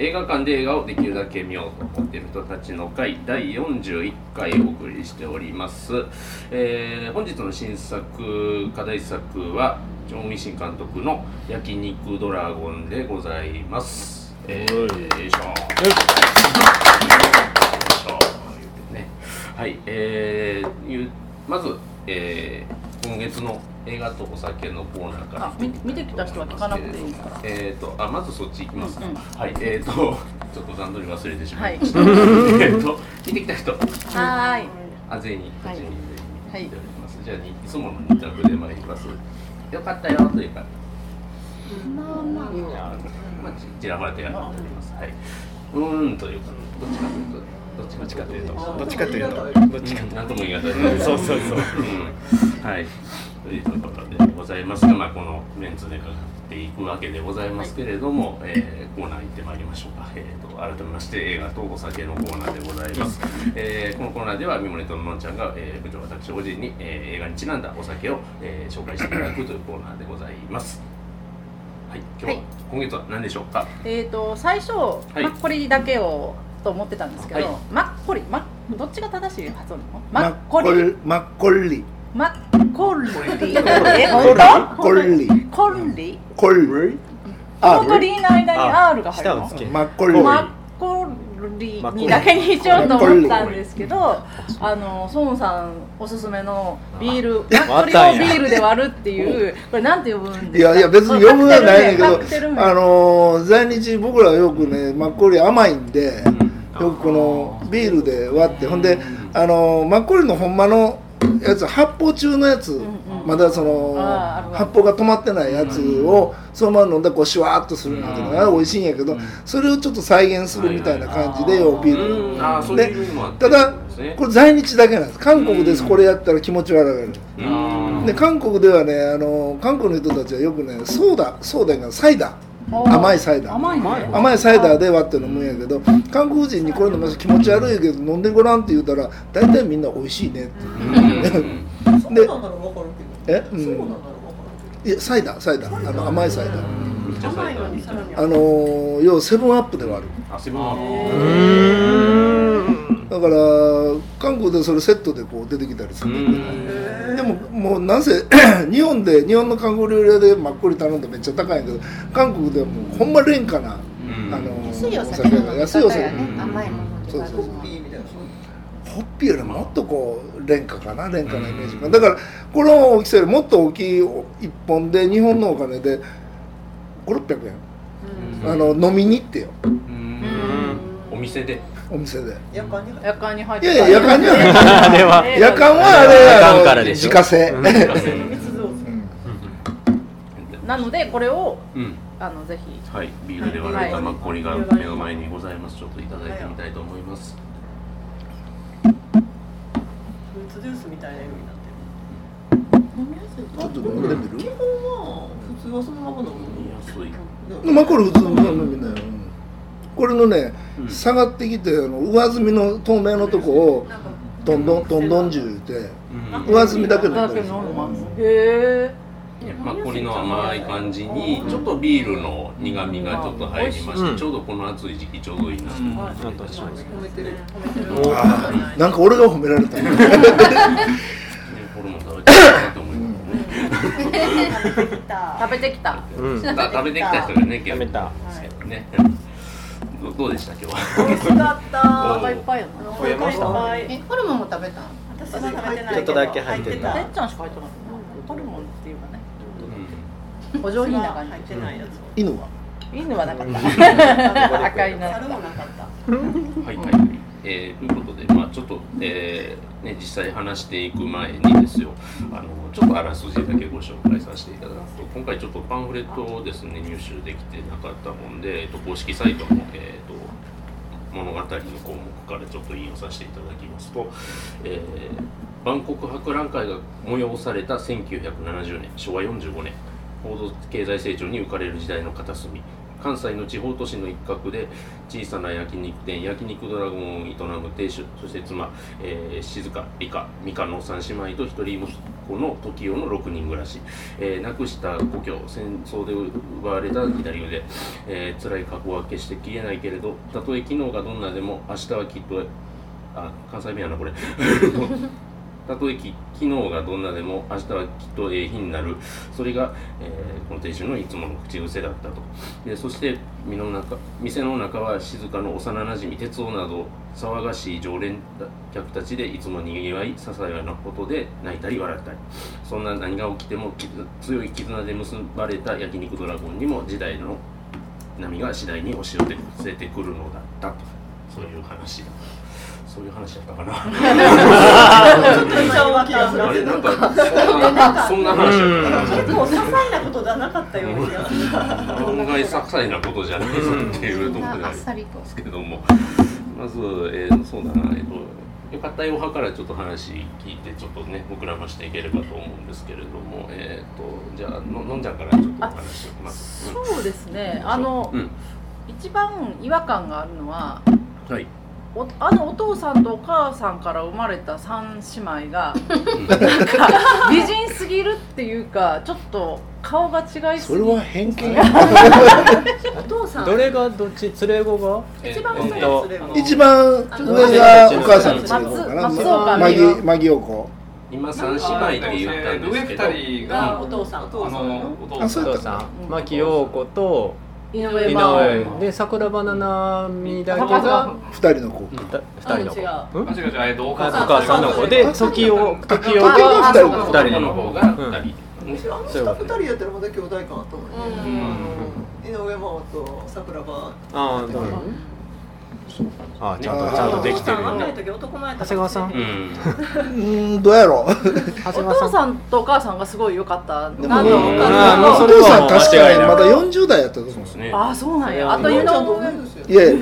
映画館で映画をできるだけ見ようと思っている人たちの会第41回お送りしております。本日の新作課題作はジョン・ウィシン監督の焼肉ドラゴンでございます。よいしょね、はい、まず、今月の映画とお酒のコーナーから見てきた人は聞かなくていいですか？ まずそっち行きますか。はい、ちょっと段取り忘れてしまいました。見てきた人。 はい。 全員こっちに見ております。じゃあいつもの2択で参ります。よかったよというか、ちらほらとやっております。はい。というか、どっちかというとなんとも言い難い。そう。はい。ということでございますが、このメンツでかかっていくわけでございますけれども、コーナー行ってまいりましょうか。改めまして映画とお酒のコーナーでございます。このコーナーではミモネとのんちゃんが、部長私個人に、映画にちなんだお酒を、紹介していただくというコーナーでございます。はい、今月は何でしょうか？ 最初、マッコリだけをと思ってたんですけど、マッコリ、どっちが正しい発音なの？マッコリ。本当にの間に R が入るの？ マッコリにだけにしようと思ったんですけど、孫さんおすすめのビール、マッコリをビールで割るっていう、これなんて呼ぶんですか？ いや別に呼ぶはないんだけど、在日僕らよくね、マッコリ甘いんで、よくこのビールで割って、ほんでマッコリのほんまのやつ、発泡中のやつ、まだその発泡が止まってないやつをそのまま飲んでこうシュワーっとするなんていうのが美味しいんやけど、それをちょっと再現するみたいな感じでビールで、ただこれ在日だけなんです。韓国ですこれやったら気持ち悪がる。で韓国ではね、韓国の人たちはよくね、ソーダがサイダー、甘いサイダーで割って飲むんやけど、韓国人にこれ飲む気持ち悪いけど飲んでごらんって言ったら大体みんな美味しいねってで、いやサイダー、甘いサイダー、要はセブンアップで割る。だから韓国でそれセットでこう出てきたりするんだけど、でももうなんせ日本の韓国料理屋でマッコリ頼んでめっちゃ高いんやけど、韓国ではもうほんま廉価な安いお酒ね、甘いものとか、 ホッピーよりもっとこう廉価なイメージか。だからこの大きさよりもっと大きい1本で日本のお金で500-600円、飲みに行ってよ、 お店で夜間に入って、 いや夜間には夜間はあれ自家製なのでこれをぜひ、 はい、ビールで割られたマッコリが目の前にございます。ちょっといただいてみたいと思います。 フルーツジュースみたいな色になってる。飲みやすい。 ちょっと飲んでみる？ 基本は普通はそのまま飲みやすい。 マッコリ普通の飲みなよ。これのね、下がってきて上澄みの透明のとこをどんどんジューって上澄みだけ飲んだりする。 マッコリの甘い感じにちょっとビールの苦みがちょっと入りまして、ちょうどこの暑い時期ちょうどいいなと思っていたします。 なんか俺が褒められた。 これも食べてきたなと思いますね。 食べてきた人がね、結構ね。どうでした今日は？ 美味しかった。 お腹いっぱいやな。 増えました。 ホルモンも食べた？ 私は食べてない。 ちょっとだけ入ってた。 てっちゃんしか入ってない。ホルモンっていうかね。お上品な感じ。 入ってないやつ。 犬はなかった。赤いな。 猿もなかった。 はい。ということで、ちょっと、実際話していく前にですよ、ちょっとあらすじだけご紹介させていただくと、今回ちょっとパンフレットをですね、入手できてなかったもんで、公式サイトの、物語の項目からちょっと引用させていただきますと、万国博覧会が催された1970年、昭和45年、高度経済成長に浮かれる時代の片隅、関西の地方都市の一角で小さな焼肉店、焼肉ドラゴンを営む亭主、そして妻、静香、理香、美香の3姉妹と一人子の時代の6人暮らし、亡くした故郷、戦争で奪われた左腕、辛い過去は決して消えないけれど、たとえ昨日がどんなでも明日はきっと関西弁やなこれたとえ昨日がどんなでも明日はきっと日になる、それが、この亭主のいつもの口癖だったと。でそして店の中は静かの幼なじみ哲夫など騒がしい常連客たちでいつもにぎわい、ささやなことで泣いたり笑ったり、そんな何が起きても強い絆で結ばれた焼肉ドラゴンにも時代の波が次第に押し寄せてくるのだったと、そういう話そういう話だったかな。あれなんかそんな話だったかな。 結構些細なことじゃなかったような気がする。 案外些細なことじゃないぞっていうところでありますけれども、まず、そうだな、よかったよ派からちょっと話聞いてちょっとね膨らましていければと思うんですけれども、じゃあのんちゃんからちょっとお話をします。 そうですね。一番違和感があるのは、 はい。 お父さんとお母さんから生まれた3姉妹が美人すぎるっていうか、ちょっと顔が違いすぎる。 それは偏見お父さんどれがどっち、連れ子が一番上が連れ子、 一番上がお母さんの連れ子かな、マギオコ。 今3姉妹って言ったんですけど、 上2人がお父さん、 お父さん、 牧陽子と井上真央で桜庭ななみだけが 2人の子、 2人の子、 違う、 お母さんの子で時代が 2人の方が2人。 下2人やったらまだ兄弟かなと思う。井上真央と桜庭。 ちゃんとできてるよね。長谷川さん、 どうやろう。 お父さんとお母さんがすごい良かった。 お父さん確かにまだ40代やったと思うんですね。 あ、そうなんや。あというのいや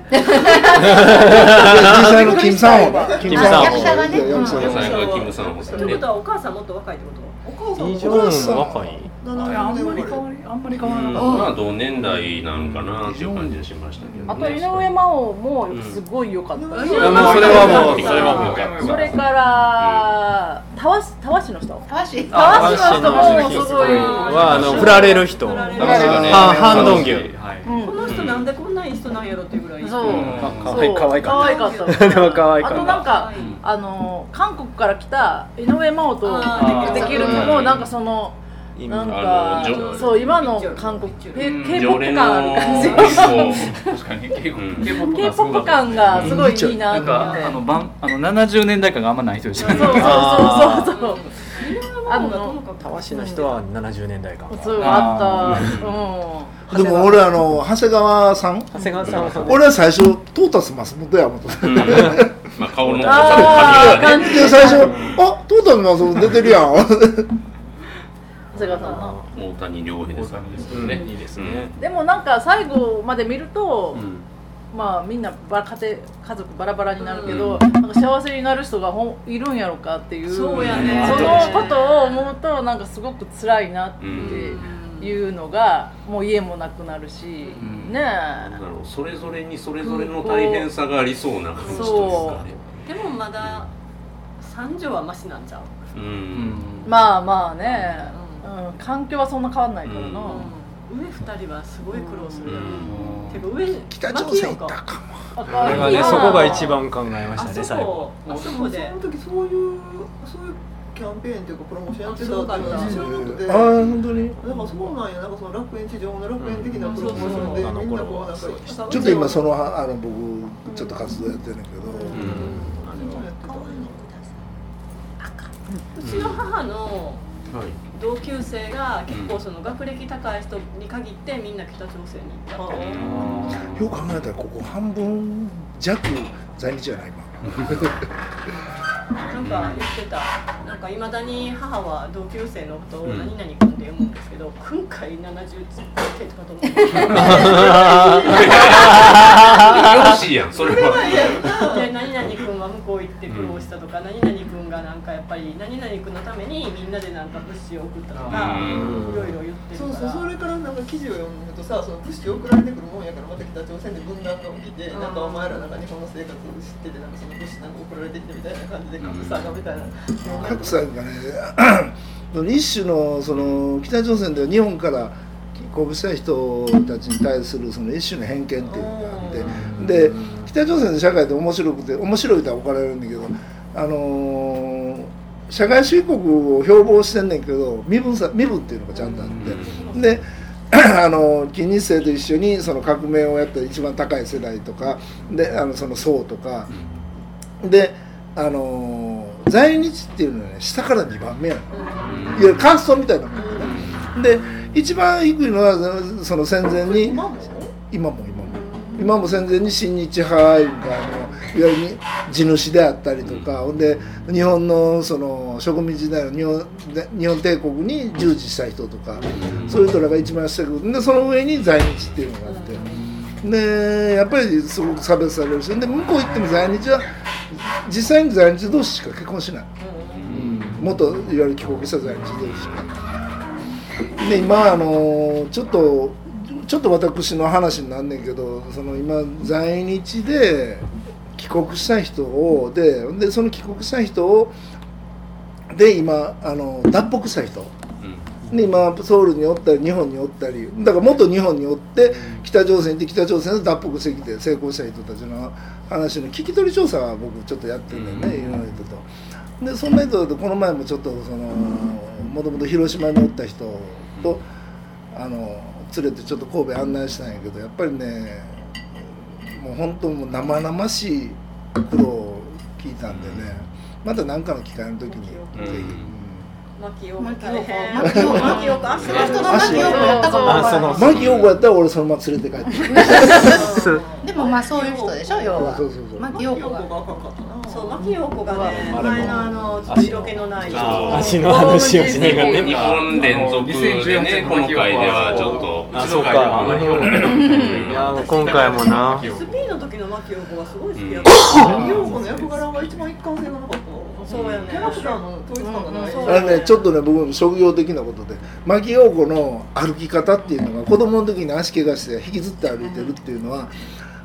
実際のキムさんを役者がね。 キムさんを。 ということはお母さんもっと若いってこと？ 以上若い。 あんまり変わらなかった。 まあ同年代なのかなっていう感じがしましたけど。 あと井上真央もすごい良かった。それはそれからたわしの人。たわしの人もすごい。 振られる人。ハンドンギュ。 この人なんでこんないい人なんやろっていうぐらい。 そう。 可愛かった。 あとなんか韓国から来た井上真央とできるのもなんかその。なんかそう今の韓国 K-POP 感ある感じ。 確かに K-POP 感がすごいいいなと思って。 70年代感があんまない人でしたね。 そう。 たわしの人は70年代感。 そうあった。 でも俺長谷川さん。俺は最初トータス松本や思った。 まあ顔の髪で最初トータス松本出てるやん。 長谷川さんの大谷亮平さんですよね。いいですね。 でもなんか最後まで見ると、まあみんな家族バラバラになるけど、なんか幸せになる人がいるんやろかっていう。 そうやね。 そのことを思うとなんかすごく辛いなっていうのがもう家もなくなるし、ねえ。 それぞれにそれぞれの大変さがありそうな感じですかね。 でもまだ三女はマシなんちゃう。 まあね。環境はそんな変わんないからな。 上2人はすごい苦労する。てか上北朝鮮行ったかも。そこが一番考えましたね最後。 あそこで。その時そういうキャンペーンっていうかプロモーションやってたって知らなくて。 本当に。 なんかそうなんや。なんかその楽園地上の楽園的なプロモーションでみんなこうなんかちょっと今その僕ちょっと活動やってるんだけど。 うちの母の同級生が結構その学歴高い人に限ってみんな北朝鮮に行ったって。 よく考えたらここ半分弱在日じゃない今。 なんか言ってた。なんかいまだに母は同級生のことを何々君って読むんですけど、今回70点とかと思う。よろしいやんそれは。 何々君は向こう行ってる苦労したとか、何々君がなんかやっぱり何々君のためにみんなでなんか物資を送ったとか、いろいろ言ってるから。 そうそれからなんか記事を読むとさ、その物資送られてくるもんやからまた北朝鮮で分断が起きて、なんかお前らなんか日本の生活を知っててなんかその物資なんか送られてきてみたいな感じで格差がみたいな。 格差がね一種のその北朝鮮では日本から帰国した人たちに対するその一種の偏見っていうのがあって、で北朝鮮の社会って面白くて面白いとは怒られるんだけど、社会主義国を標榜してんねんけど身分っていうのがちゃんとあって、で金日成と一緒にその革命をやった一番高い世代とかでその層とかで在日っていうのはね下から2番目やの、いわゆるカーストみたいなもんでね。で一番低いのはその戦前に今も戦前に親日派がいわゆる地主であったりとか、ほんで日本のその植民時代の日本帝国に従事した人とか、そういう人らが一番下くるで、その上に在日っていうのがあって、でやっぱりすごく差別されるし、で向こう行っても在日は実際に在日同士しか結婚しない、元いわゆる帰国した在日同士しか。で今ちょっと私の話になんねんけど、その今在日で帰国した人をでその帰国した人をで今脱北した人で今ソウルにおったり日本におったり、だから元日本におって北朝鮮で脱北してきて成功した人たちの話の聞き取り調査は僕ちょっとやってるんだよね、いろんな人と。でそんな人でこの前もちょっともともと広島におった人と連れてちょっと神戸案内したんやけど、やっぱりねもう本当もう生々しい苦労を聞いたんでね、また何かの機会の時にぜひ。 牧陽子やったかも。牧陽子やったら俺そのまま連れて帰ってでもまあそういう人でしょ、要は。牧陽子がそう、牧陽子がね、前のちょっと色気のない足の話をしながらね、 日本連続でね、今回ではちょっとそうか、いや今回もなスピーの時の牧陽子がすごい好きやった。 牧陽子の役柄が一番一貫性がなかった。 そうやね。 キャラクターの統一感がない。 あれね、ちょっとね僕の職業的なことで牧陽子の歩き方っていうのが子供の時に足怪我して引きずって歩いてるっていうのは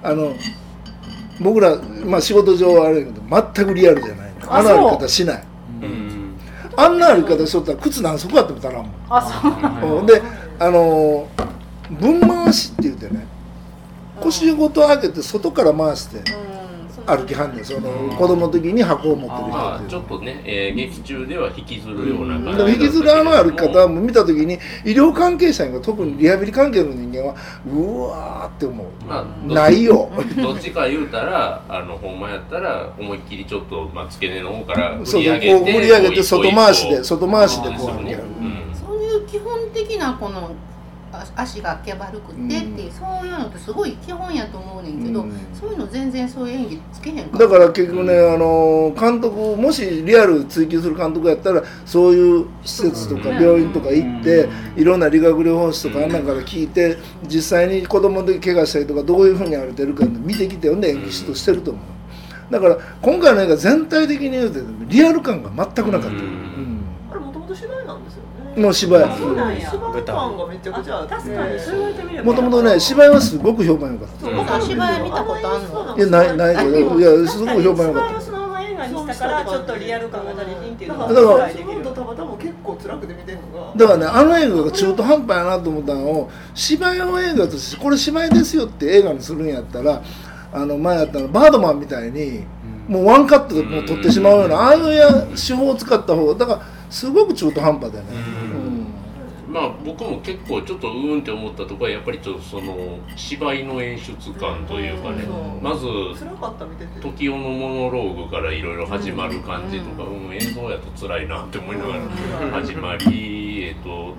僕ら、まあ、仕事上はあれだけど全くリアルじゃないの。あの歩き方しない、あんな歩き方しとったら靴何足あっても足らんもん。 あ、そうで分回しって言ってね、腰ごと上げて外から回して歩きはんねん、その子供の時に箱を持ってる人っていう。 ちょっとね、劇中では引きずるような感じ、 でも引きずる歩き方も見た時に医療関係者が特にリハビリ関係の人間はうわーって思う、 まあ、 ないよどっちか言うたらほんまやったら思いっきりちょっと、まあ、付け根の方から振り上げて外回しでこう歩きはる、 そういう基本的なこの足がけばるくってっていう、そういうのってすごい基本やと思うねんけど、そういうの全然そういう演技つけへんから。 だから結局ね、監督もしリアル追求する監督やったらそういう施設とか病院とか行って、いろんな理学療法士とかあんなんから聞いて、実際に子供で怪我したりとかどういうふうに歩いてるか見てきて、演技指導してると思う。だから今回の映画全体的に言うとリアル感が全くなかった、 あれもともと芝居なんですよね。 の芝居、 芝居感がめちゃくちゃあって、 確かにそう言われてみればもともとね芝居はすごく評判良かった。 芝居見たことあんの？ いやないけど、いやすごく評判良かった。 そのまま映画にしたからちょっとリアル感が足りひんっていうのがだから自分とたまたま結構辛くて見てるのが、 だからね、あの映画が中途半端やなと思ったのを芝居を映画としてこれ芝居ですよって映画にするんやったら、前やったのバードマンみたいにもうワンカットでもう撮ってしまうようなああいう手法を使った方がだからすごく中途半端でね。 まあ僕も結構ちょっとって思ったところはやっぱりちょっとその芝居の演出感というかね、まず時代のモノローグからいろいろ始まる感じとか、映像やと辛いなって思いながら始まり、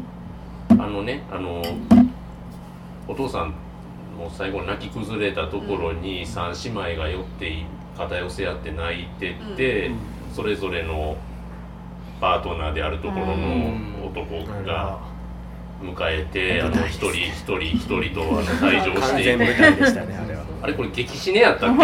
お父さんの最後泣き崩れたところに3姉妹が寄って肩寄せ合って泣いてって、それぞれのパートナーであるところの男が迎えて、一人と退場して全部舞台でしたね、あれは。 あれこれ激死ねやったっけ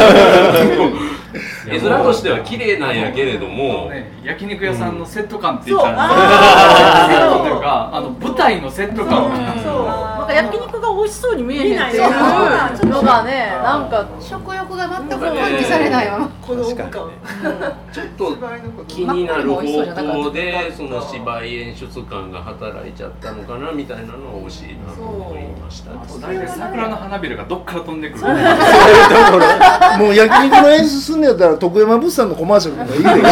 絵面としては綺麗なんやけれども、 焼肉屋さんのセット感って言ったらセットというか舞台のセット感、 なんか焼肉が美味しそうに見えへんっていうのがね、なんか食欲が全く喚起されないわ。 確かにちょっと気になる方向でその芝居演出感が働いちゃったのかなみたいなのは惜しいなと思いました。 大体桜の花びらがどっから飛んでくるもう焼肉の演出すんのやったら徳山物産のコマーシャルとかいいね。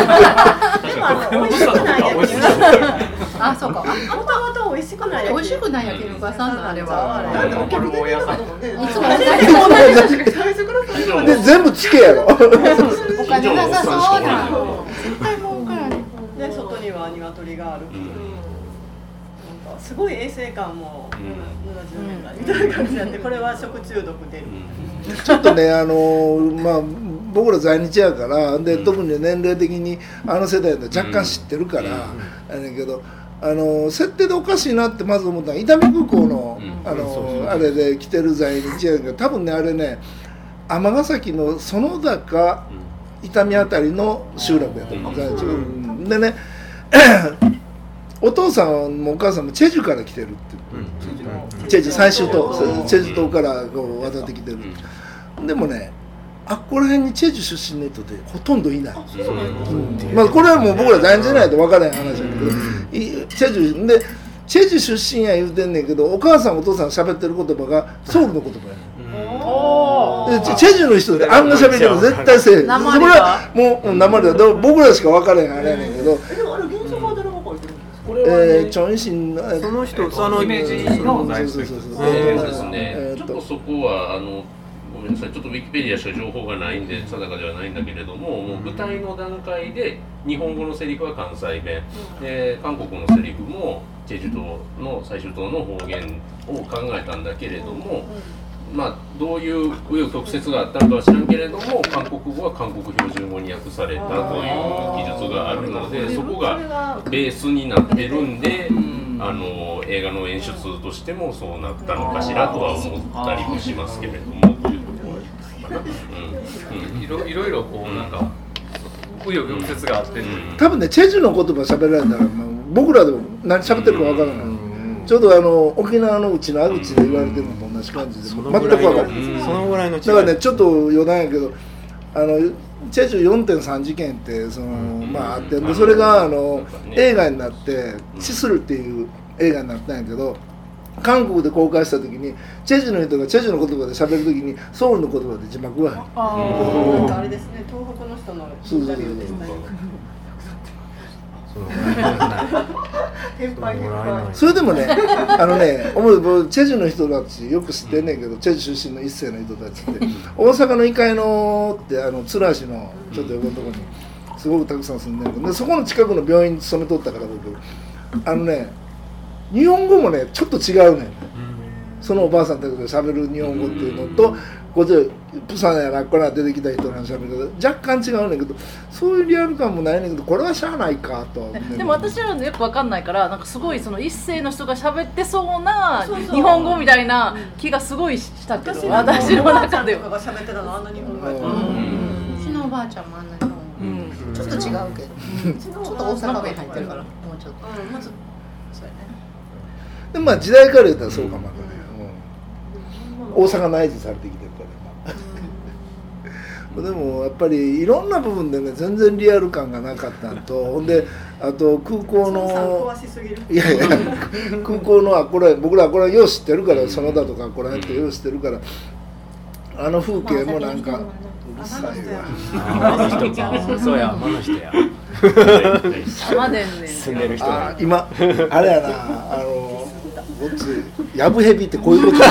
あ、そうか。 もともと美味しくない。 美味しくない焼肉屋さんのあれは。 ホルモン屋さん。 いつもで全部つけやろ。 お金なさそうな。絶対儲からない。 で外には鶏がある。すごい衛生感も70年代みたいな感じなんで、これは食中毒出る。 ちょっとねまあ僕ら在日やからで、特に年齢的に世代で若干知ってるからあれだけど、設定でおかしいなってまず思ったのは伊丹空港のあれで来てる在日やけど、多分ねあれね尼崎の園田か伊丹あたりの集落やと思う、在日でねお父さんもお母さんもチェジュから来てるってチェジュ最終島チェジュ島からこう渡ってきてる、でもねあっこら辺にチェジュ出身の人ってほとんどいない、まあこれはもう僕ら在日じゃないと分からない話だけど、チェジュでチェジュ出身や言うてんねんけど、お母さんお父さん喋ってる言葉がソウルの言葉やねん。チェジュの人ってあんな喋り方絶対せえへん。それはもう生で僕らしか分からへんあれやねんけど、チョンシンのその人イメージの在日ですね。ちょっとそこはごめんなさい、ちょっとウィキペディアしか情報がないんで定かではないんだけれども、もう舞台の段階で日本語のセリフは関西弁で、韓国のセリフもチェジュ島の最終島の方言を考えたんだけれども、まあどういう紆余曲折があったのかは知らんけれども、韓国語は韓国標準語に訳されたという記述があるので、そこがベースになってるんで、映画の演出としてもそうなったのかしらとは思ったりもしますけれどもというところかな。 いろいろこうなんか紆余曲折があって、 多分ねチェジュの言葉喋られたら、僕らでも何喋ってるか分からない。ちょうど沖縄のうちのあぐちで言われてるのと同じ感じで全く分からない。 そのぐらいの違いだからねちょっと余談やけどチェジュ 4.3 事件ってまああって、でそれが映画になって「チスル」っていう映画になったんやけど、韓国で公開した時にチェジュの人がチェジュの言葉で喋る時にソウルの言葉で字幕が入る。 なんかあれですね、東北の人のインタビューですね。 それでもねチェジュの人たちよく知ってんねんけど、チェジュ出身の一世の人たちって大阪の医会のって津良市のちょっと横のところにすごくたくさん住んでるけど、でそこの近くの病院に勤めとったから僕日本語もねちょっと違うねん。そのおばあさんたちが喋る日本語っていうのと、こっちでプサンやらこら出てきた人の喋り方若干違うねんけど、そういうリアル感もないねんけど、これはしゃあないかと。 でも私はよく分かんないから、なんかすごいその一世の人が喋ってそうな日本語みたいな気がすごいしたけど、私の中では。 喋ってたのあんな日本語やったの。 うちのおばあちゃんもあんな日本語。ちょっと違うけど、ちょっと大阪弁入ってるから、もうちょっと。 でまあ時代から言ったらそうかもわかんない。大阪内地されてきてるからでもやっぱりいろんな部分でね全然リアル感がなかったのと、ほんであと空港のいや空港のこれ僕らこれよう知ってるから、園田とかこれってよう知ってるから、風景もなんかうるさいわ。 そうや、あの人や。住んでる人が今あれやなこっちヤブヘビってこういうこと空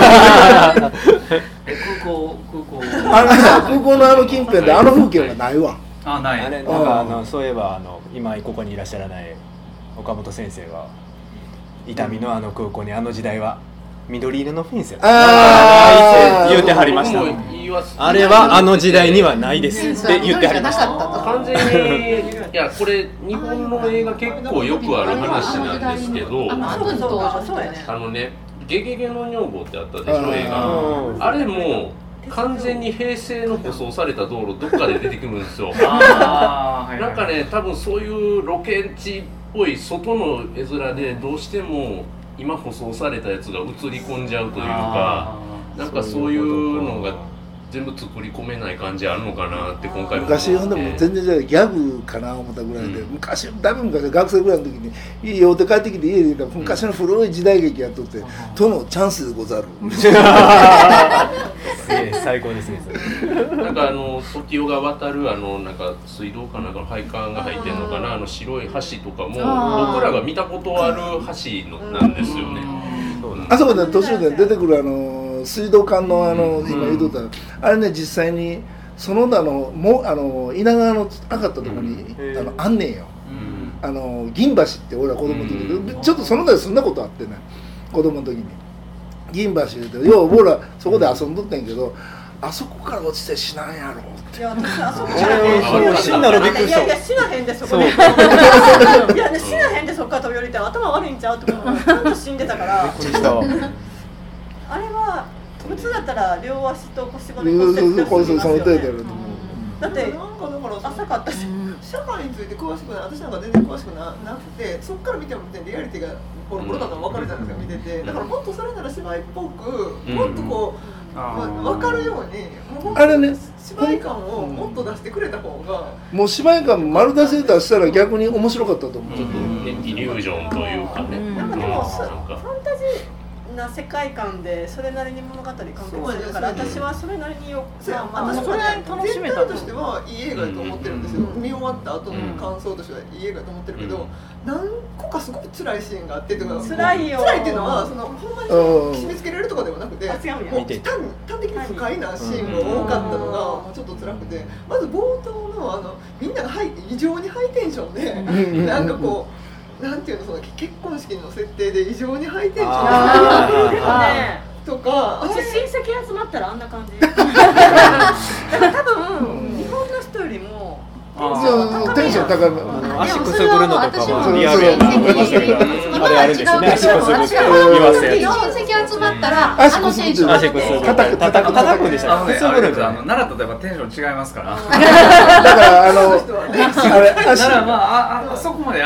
港の近辺で風景はないわ。 ない。 あれなんかそういえば今ここにいらっしゃらない岡本先生が伊丹の空港に時代は緑色のフェンスやった言うてはりました。あれは時代にはないですって言ってはりました。 完全にいやこれ日本の映画結構よくある話なんですけど、ゲゲゲの女房ってあったでしょ、映画。あれも完全に平成の舗装された道路どっかで出てくるんですよ。なんかね、多分そういうロケ地っぽい外の絵面でどうしても今舗装されたやつが映り込んじゃうというか、なんかそういうのが全部作り込めない感じあるのかなって今回昔読んでも全然じゃないギャグかな思ったぐらいで、昔だいぶ昔学生ぐらいの時に家酔って帰ってきて家で昔の古い時代劇やっとって「殿チャンスでござる」 最高ですね。 なんか時代が渡るなんか水道かなんかの配管が入ってるのかな、白い橋とかも僕らが見たことある橋なんですよね。 あそこで途中で出てくる水道管の今言うとったあれね、実際に園田の稲川の上がったところにあんねんよ。銀橋って俺ら子供の時にちょっと園田で住んだことあってね、子供の時に銀橋でよう僕らそこで遊んどったんやけど、あそこから落ちて死なんやろって。 いや私あそこから死んだらびっくりした。 いや死なへんでそこで。いやね死なへんでそこから飛び降りて頭悪いんちゃうって思うのちゃんと死んでたから。あれは普通だったら両足と腰骨骨折してますよね。だって浅かったし。 社会について詳しくない、私なんか全然詳しくなくて、そこから見てもリアリティがボロボロなの分かるじゃないですか、見てて。だからもっとそれなら芝居っぽく、もっとこう分かるように、 あれね、 芝居感をもっと出してくれた方が、 もう芝居感丸出せ出したら逆に面白かったと思う。 イリュージョンというかね。 なんかでもファンタジーな世界観でそれなりに物語完結するから、私はそれなりに私は楽しめたとしてはいい映画だと思ってるんですよ。見終わった後の感想としてはいい映画だと思ってるけど、何個かすごく辛いシーンがあってとか、 辛いよ。 辛いっていうのはそのほんまに締め付けられるとかではなくて、もう端的に不快なシーンが多かったのがもうちょっと辛くて、まず冒頭のみんなが異常にハイテンションでなんかこう。なんていうの、その結婚式の設定で異常にハイテンションでとか、 うち親戚集まったらあんな感じ。だから多分日本の人よりもテンション高め。 足くすぐるのとかもリアルなあれあるんですね。足くすぐって言わせや親戚集まったら足くすぐって足くすぐ叩くでした。 くすぐると奈良とやっぱテンション違いますから。 だからあそこまで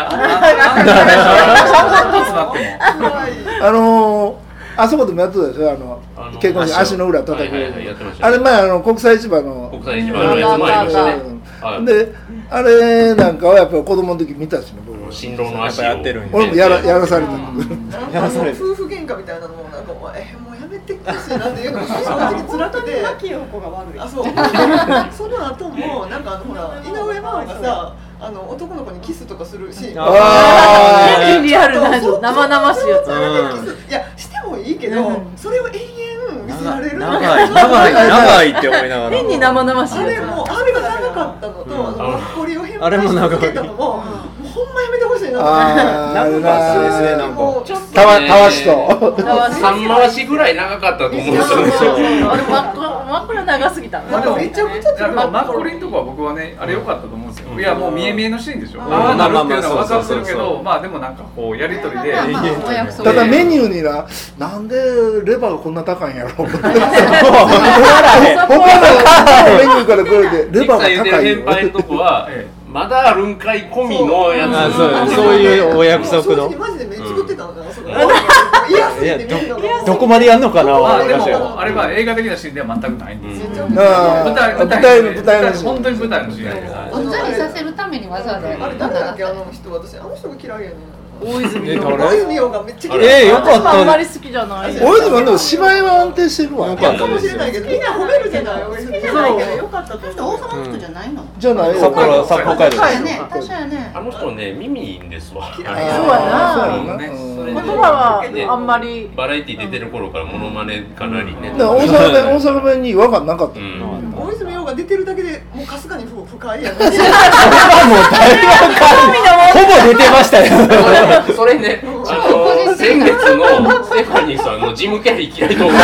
あそこでもやってたでしょ、結婚式足の裏叩く。あれ前国際市場のやつもありましたね。 であれなんかはやっぱり子供の時見たしね、僕新郎の足をやってるんで。 俺もやらされた。 夫婦喧嘩みたいなのもなんかもうやめてほしいなっていうのが正直辛くて。 牧陽子が悪い。 あ、そう。その後もなんかほら井上真央がさ、男の子にキスとかするシーン。 リアルな生々しいやつ。 いやしてもいいけど、それを延々見せられる。 長いって思いながら。 変に生々しいやつ。 あれが長かったのと、マッコリを変態し続けたのも。ほんまやめてほしいなと思って。 長かったですね、なんか。 たわしと。 3回しぐらい長かったと思うんですよね。 マッコリ長すぎた。 めちゃくちゃマッコリのとこは僕はね、あれ良かったと思うんですよ。いやもう見え見えのシーンでしょ。ああなるっていうのは分かってるけど、まあでもなんかこうやりとりで。 ただメニューになんでレバーがこんな高いんやろ。他のメニューからこれでレバーが高い。 変態のとこは。まだあるんかい込みのやつ。 そういうお約束の。 マジで目つぶってたのかな、それ。 どこまでやんのかな。 でもあれは映画的なシーンでは全くないんですよ。舞台の本当に舞台のシーンです。 お座りさせるためにわざわざ。 あれ誰だっけ、あの人が嫌いやねん。 大泉洋がめっちゃ嫌い。 よかった。 あんまり好きじゃない。 大泉洋でも芝居は安定してるわ。 かもしれないけど、みんな褒めるじゃない。 好きじゃないけどよかったと思う。 大阪の人じゃないの？ じゃない。 札幌北海道。 確かにね。 あの人ね、耳いいんですわ。 そうやな。言葉はあんまりバラエティ出てる頃からモノマネかなりね。 大阪弁に違和感なかった。 大泉洋が出てるだけでもう春日に不快やね。 もうだいぶほぼ出てましたよ。 それね、先月のステファニーさんのジムキャリー嫌いと思う。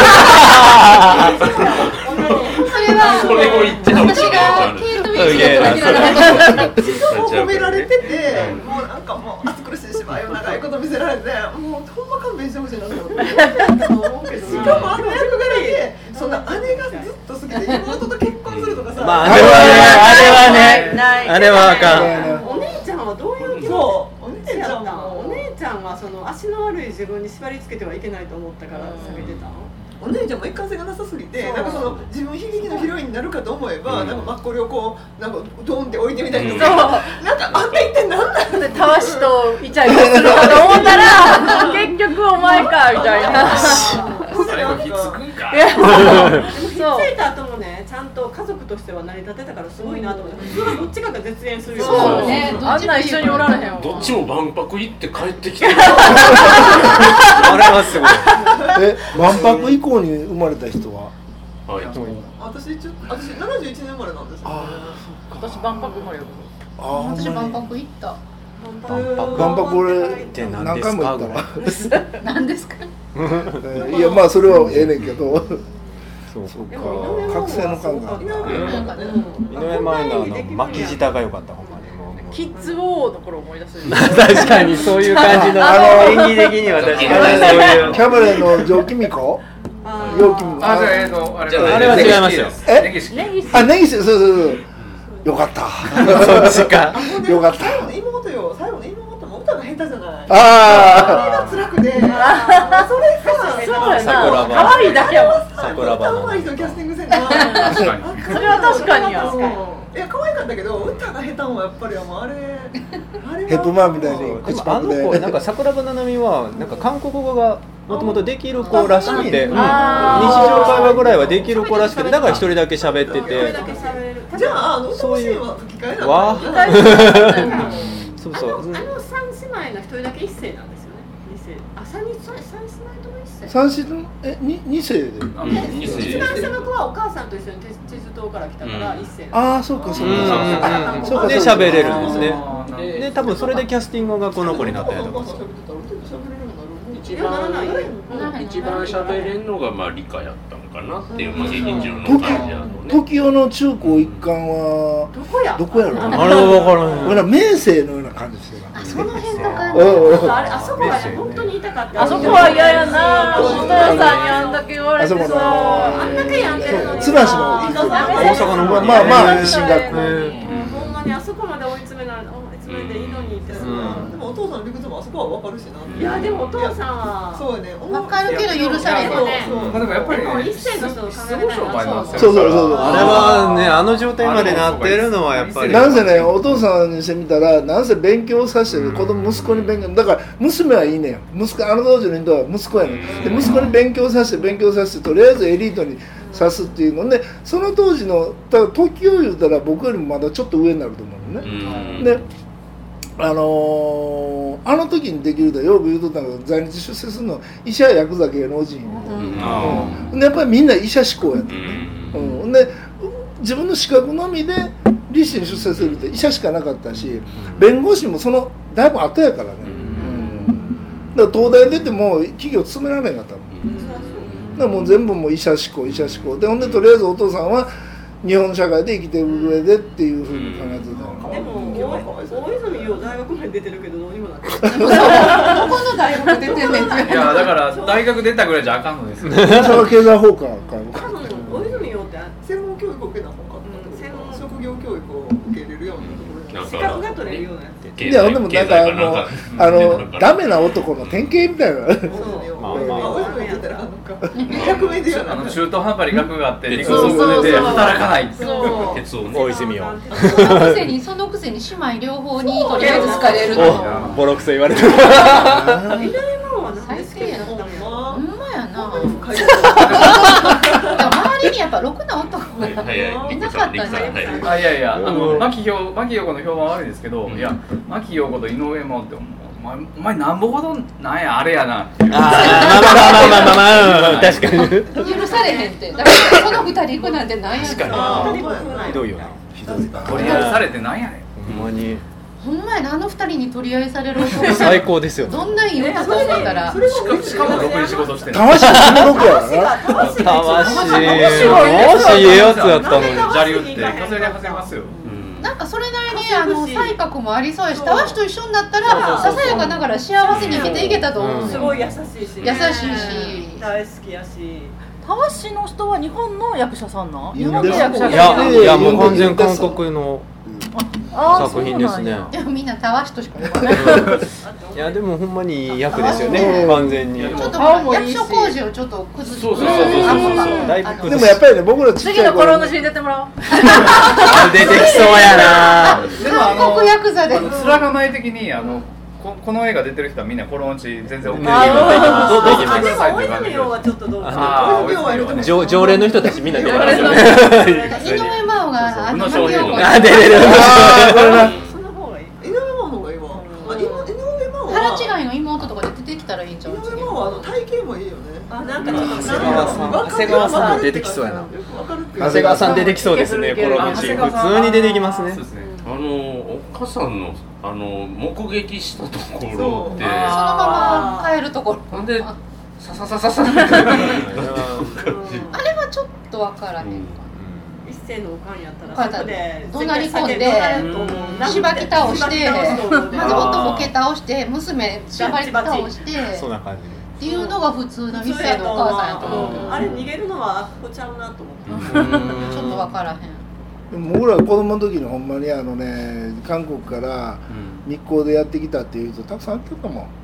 それを言ってた私がケイト・ウィンスレット褒められてて、もうなんかもう暑苦しい芝居を長いこと見せられて、もうほんま勘弁してほしいなと思って。しかもあの役柄で、そんな姉がずっと好きでまああれはあかん。 お姉ちゃんはどういう気持ち？お姉ちゃんはその足の悪い自分に縛り付けてはいけないと思ったから避けてたの？ お姉ちゃんも一貫性がなさすぎて、なんかその自分悲劇のヒロインになるかと思えば、なんかマッコリをこうなんかドーンって置いてみたりとか、なんかあんた一体何なんだ。 たわしとイチャイチャするかと思ったら結局お前かみたいな。 最後ひっつくんか。 でもひっついた後もね、ちゃんと家族としては成り立てたからすごいなと思って。普通はどっちかが絶縁するよ。 そうね。あんな一緒におられへんわ。 どっちも万博行って帰ってきて。 あれはすごい。 万博以降に生まれた人は？ 私71年生まれなんですよ。 私万博生まれよ。 私万博行った。 万博俺何回も行ったわ。 何ですか？ いやまあそれはええねんけど。そうか。覚醒の感が。 井上前の巻き舌が良かったほんまにもう。 キッズウォーの頃思い出す。 確かにそういう感じの演技的には確かにそういう。 キャバレーの蒸気みこ？陽気みこ。 あれは違いますよ。 ネギシそうよかった。 そっちか。 よかった。 最後の妹も歌が下手じゃない。 ああれが辛くて。それそうやな。可愛いだけやもん。 桜庭の。 可愛い人キャスティングせんな。 それは確かにや。 いや可愛かったけど歌が下手もやっぱりもうあれヘップマンみたいに口パクで。あの子なんか桜庭ななみはなんか韓国語がもともとできる子らしくて、日常会話ぐらいはできる子らしくて、だから一人だけ喋ってて。 じゃあそういう吹き替えなんわ。 そうそう。あの三姉妹の一人だけ一世なんですよね。二世。あ、三姉妹とも一世。 三姉二世で。 一番下の子はお母さんと一緒にチェジュ島から来たから一世。 ああ、そうかそうか。 そうかで喋れるんですね。で多分それでキャスティングがこの子になったやと思うんですよ。 一番喋れんのがまあ理科やったのかなっていう劇中の感じやのね。 TOKIOの中高一貫はどこやろ。 あれは分からない。 俺は明星のような感じですよ。 その辺とかあそこはね本当に痛かった。 あそこは嫌やな。お父さんにあんだけ言われてさ。 あんだけやんでるのに。 津橋の大阪のまあ進学。 ほんまにあそこまで追い詰めていいのにってさ。 でもお父さんの理屈もあそこは分かるしな。 いやでもお父さんはそうね。 分かるけど許されるね。 でもやっぱり一世の人の考え方そう。 あれはねあの状態までなってるのはやっぱり。 なんせねお父さんにしてみたらなんせ勉強させて息子に勉強だから娘はいいねん。あの当時の人は息子やねん。で息子に勉強させてとりあえずエリートにさすっていうのでその当時の時を言うたら僕よりもまだちょっと上になると思うのね。であの時にできるとよく言うとったのが在日出世するの医者や薬剤芸能人でやっぱりみんな医者志向やったね。で自分の資格のみで立志に出世するって医者しかなかったし弁護士もそのだいぶ後やからね。だから東大出ても企業勤められなかったもん。だからもう全部もう医者志向でほんでとりあえずお父さんは日本社会で生きてる上でっていうふうに考えてた。 でも大泉洋大学まで出てるけどどうにもなってない。 どこの大学出てんねんって。 いやだから大学出たぐらいじゃあかんのですよ。 大阪経済法科か。 多分大泉洋って専門教育を受けな方かった。職業教育を受けれるようなところ。 資格が取れるようなやつ。 いやでもなんかダメな男の典型みたいな。 中途半端に学があって理屈を持って働かない。 大泉洋。 そのくせに姉妹両方にとりあえず好かれるの。 ボロクソ言われてる。 最低やな。ほんまやな。周りにやっぱろくな男がいなかったね。 いや牧陽子の評判悪いですけど、いや牧陽子と井上もってお前なんぼほどなんやあれやな。 まあ確かに。 許されへんって。だからその二人行くなんてなんやねん。 確かに。ひどいよな。 取り合いされてなんやねん。 ほんまに。 ほんまやなあの二人に取り合いされる男最高ですよ。 どんないい男と思ったら。 しかもろくに仕事してる。 たわし16やな。 たわしいいやつやったのに。 砂利って風に走りますよ。 なんかそれなりに才覚もありそうやし、たわしと一緒になったらささやかながら幸せに生きていけたと思う。 すごい優しいし。 優しいし。 大好きやし。 たわしの人は日本の役者さんな？ 日本の役者さん。いやもう完全韓国の作品ですね。 でもみんなたわしとしか呼ばない。 いやでもほんまにいい役ですよね。完全に。 ちょっと役所工事をちょっと崩して。 そう。 でもやっぱりね、僕らちっち次のゃい頃コロナシーン出てもらおう。 出てきそうやな。 でも韓国ヤクザで。 面構え的にこの映画出てる人はみんなコロンチ全然 OK であでもおいのようはちょっとどうかな。 常連の人たちみんな出てますよね。 井上真央が宇野昌平とかあ出れる。 その方がいい。 井上真央がいいわ。井上真央は腹違いの妹とかで出てきたらいいんちゃう？ 井上真央は体型もいいよね。 あなんかちょっと長谷川さんも出てきそうやな。長谷川さん出てきそうですね。コロナシーン普通に出てきますね。 お母さんの目撃したところってそのまま帰るところ。 なんでさあれはちょっとわからへん。 一斉のおかんやったらそこで怒鳴り込んでしばき倒してまず夫ボケ倒して娘しばき倒してそんな感じっていうのが普通の一斉のお母さんやと思う。 あれ逃げるのはあこちゃうなと思ってちょっとわからへん。 僕ら子供の時にほんまに韓国から密航でやってきたっていう人たくさんあったかも。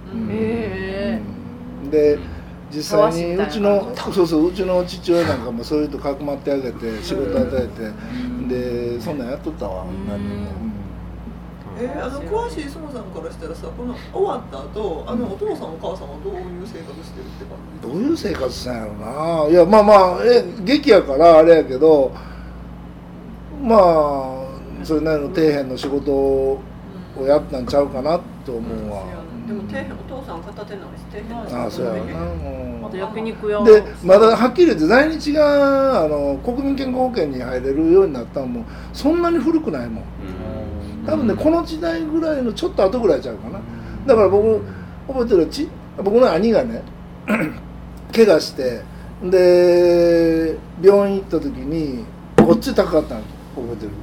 で実際にうちの父親なんかもそういうとかくまってあげて仕事与えてでそんなんやっとったわ。 詳しい孫さんからしたらさ、この終わった後お父さんお母さんはどういう生活してるって感じ？ どういう生活したんやろな。いやまあ劇やからあれやけど、まあそれなりの底辺の仕事をやったんちゃうかなと思うわ。 でも底辺お父さん片手なのに底辺ああそうやな。 あと焼肉屋でまだはっきり言って在日が国民健康保険に入れるようになったのもそんなに古くないもん。多分ねこの時代ぐらいのちょっと後ぐらいちゃうかな。だから僕覚えてる僕の兄がね怪我してで病院行った時にこっち高かったの覚えてる。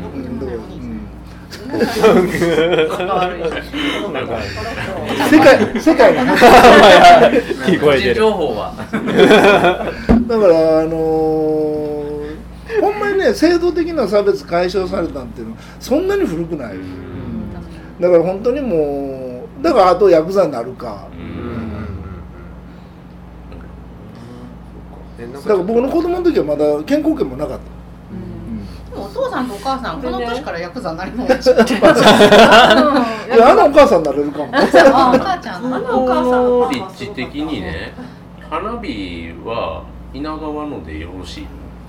世界の聞こえてる情報はだからほんまにね制度的な差別解消されたっていうのはそんなに古くない。だから本当にもうだからあとヤクザになるか。だから僕の子供の時はまだ健康保険もなかった。 でもお父さんとお母さんこの年からヤクザになりもんやし。 いやお母さんになれるかも。 お母ちゃん。 法律的にね花火は稲川のでよろしい。